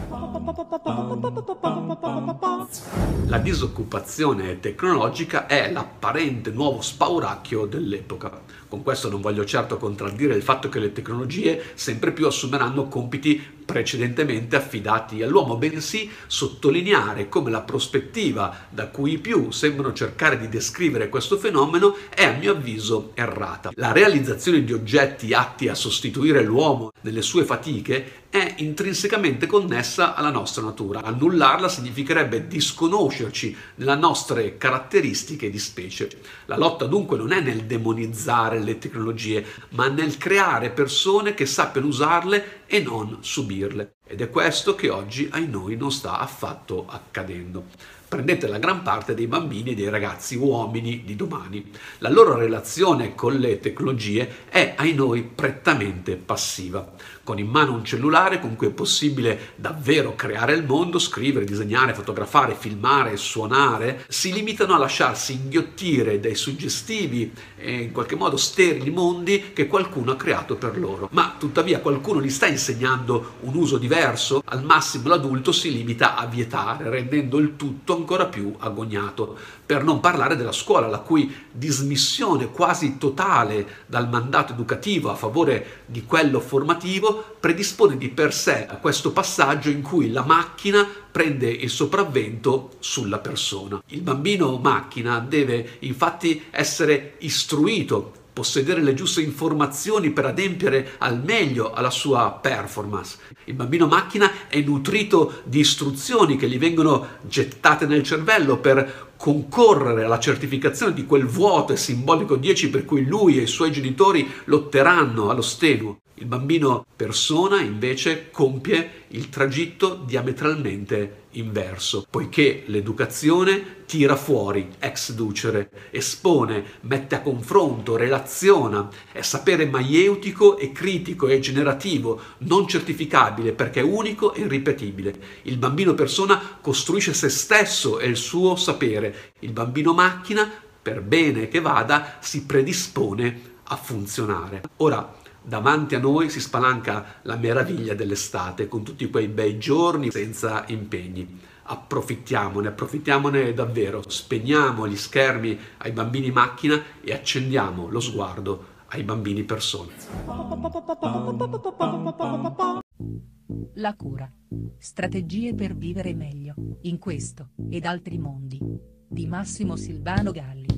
La disoccupazione tecnologica è l'apparente nuovo spauracchio dell'epoca. Con questo non voglio certo contraddire il fatto che le tecnologie sempre più assumeranno compiti precedentemente affidati all'uomo, bensì sottolineare come la prospettiva da cui i più sembrano cercare di descrivere questo fenomeno è, a mio avviso, errata. La realizzazione di oggetti atti a sostituire l'uomo nelle sue fatiche è intrinsecamente connessa alla nostra natura. Annullarla significherebbe disconoscerci nelle nostre caratteristiche di specie. La lotta dunque non è nel demonizzare le tecnologie, ma nel creare persone che sappiano usarle e non subirle. Ed è questo che oggi ai noi non sta affatto accadendo. Prendete la gran parte dei bambini e dei ragazzi uomini di domani. La loro relazione con le tecnologie è ai noi prettamente passiva. Con in mano un cellulare con cui è possibile davvero creare il mondo, scrivere, disegnare, fotografare, filmare, suonare, si limitano a lasciarsi inghiottire dai suggestivi e in qualche modo sterili mondi che qualcuno ha creato per loro. Ma tuttavia qualcuno gli sta insegnando un uso diverso? Al massimo l'adulto si limita a vietare, rendendo il tutto ancora più agognato. Per non parlare della scuola, la cui dismissione quasi totale dal mandato educativo a favore di quello formativo predispone di per sé a questo passaggio in cui la macchina prende il sopravvento sulla persona. Il bambino macchina deve infatti essere istruito, possedere le giuste informazioni per adempiere al meglio alla sua performance. Il bambino macchina è nutrito di istruzioni che gli vengono gettate nel cervello per concorrere alla certificazione di quel vuoto e simbolico 10 per cui lui e i suoi genitori lotteranno allo stenuo. Il bambino persona invece compie il tragitto diametralmente inverso, poiché l'educazione tira fuori, ex ducere, espone, mette a confronto, relaziona, è sapere maieutico e critico e generativo, non certificabile perché è unico e irripetibile. Il bambino persona costruisce se stesso e il suo sapere. Il bambino macchina, per bene che vada, si predispone a funzionare. Ora, davanti a noi si spalanca la meraviglia dell'estate con tutti quei bei giorni senza impegni. Approfittiamone davvero. Spegniamo gli schermi ai bambini macchina e accendiamo lo sguardo ai bambini persone. La cura. Strategie per vivere meglio, in questo ed altri mondi. Di Massimo Silvano Galli.